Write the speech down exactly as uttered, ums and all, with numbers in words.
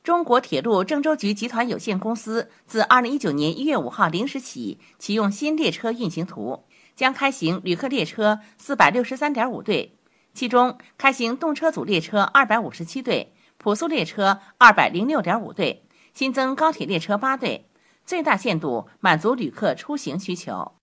中国铁路郑州局集团有限公司自二零一九年一月五号零时起启用新列车运行图，将开行旅客列车四百六十三点五对，其中开行动车组列车二百五十七对，普速列车二百零六点五对，新增高铁列车八对，最大限度满足旅客出行需求。